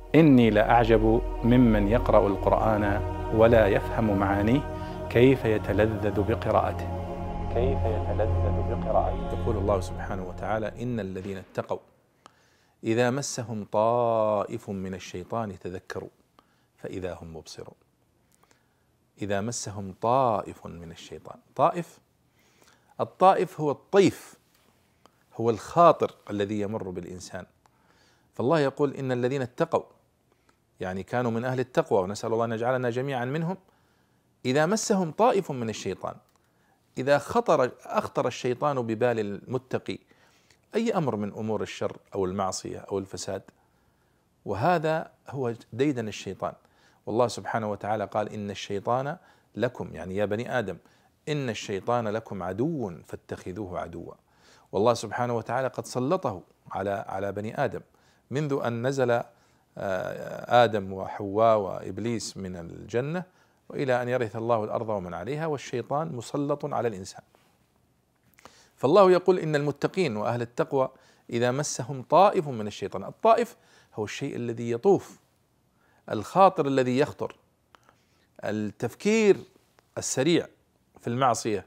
إني لأعجب ممن يقرأ القرآن ولا يفهم معانيه كيف يتلذذ بقراءته. يقول الله سبحانه وتعالى: إن الذين اتقوا إذا مسهم طائف من الشيطان تذكروا فإذا هم مبصرون. إذا مسهم طائف من الشيطان، الطائف هو الطيف، هو الخاطر الذي يمر بالإنسان. فالله يقول: إن الذين اتقوا، يعني كانوا من أهل التقوى، ونسأل الله أن يجعلنا جميعا منهم. إذا مسهم طائف من الشيطان، إذا أخطر الشيطان ببال المتقي أي أمر من أمور الشر أو المعصية أو الفساد، وهذا هو ديدن الشيطان. والله سبحانه وتعالى قال: إن الشيطان لكم، يعني يا بني آدم، إن الشيطان لكم عدو فاتخذوه عدوا. والله سبحانه وتعالى قد سلطه على بني آدم منذ أن نزل آدم وحواء وإبليس من الجنة، وإلى أن يرث الله الأرض ومن عليها، والشيطان مسلط على الإنسان. فالله يقول: إن المتقين وأهل التقوى إذا مسهم طائف من الشيطان. الطائف هو الشيء الذي يطوف، الخاطر الذي يخطر، التفكير السريع في المعصية.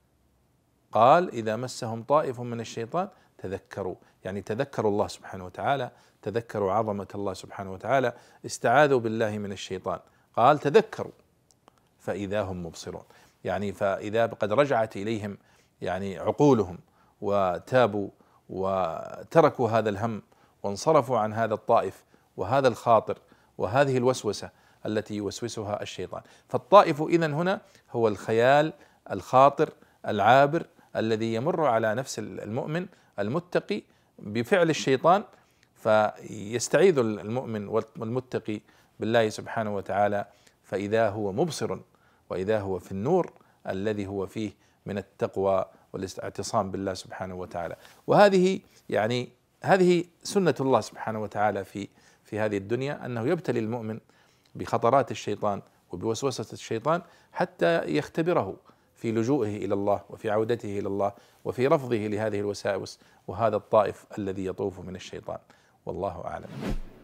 قال: إذا مسهم طائف من الشيطان تذكروا، يعني تذكروا الله سبحانه وتعالى، تذكروا عظمة الله سبحانه وتعالى، استعاذوا بالله من الشيطان. قال: تذكروا فإذا هم مبصرون، يعني فإذا قد رجعت إليهم يعني عقولهم وتابوا وتركوا هذا الهم وانصرفوا عن هذا الطائف وهذا الخاطر وهذه الوسوسة التي يوسوسها الشيطان. فالطائف إذن هنا هو الخيال الخاطر العابر الذي يمر على نفس المؤمن المتقي بفعل الشيطان، فيستعيذ المؤمن والمتقي بالله سبحانه وتعالى، فإذا هو مبصر، وإذا هو في النور الذي هو فيه من التقوى والاعتصام بالله سبحانه وتعالى. وهذه يعني هذه سنة الله سبحانه وتعالى في هذه الدنيا، أنه يبتلي المؤمن بخطرات الشيطان وبوسوسة الشيطان حتى يختبره في لجوئه إلى الله وفي عودته إلى الله وفي رفضه لهذه الوساوس وهذا الطائف الذي يطوف من الشيطان. والله أعلم.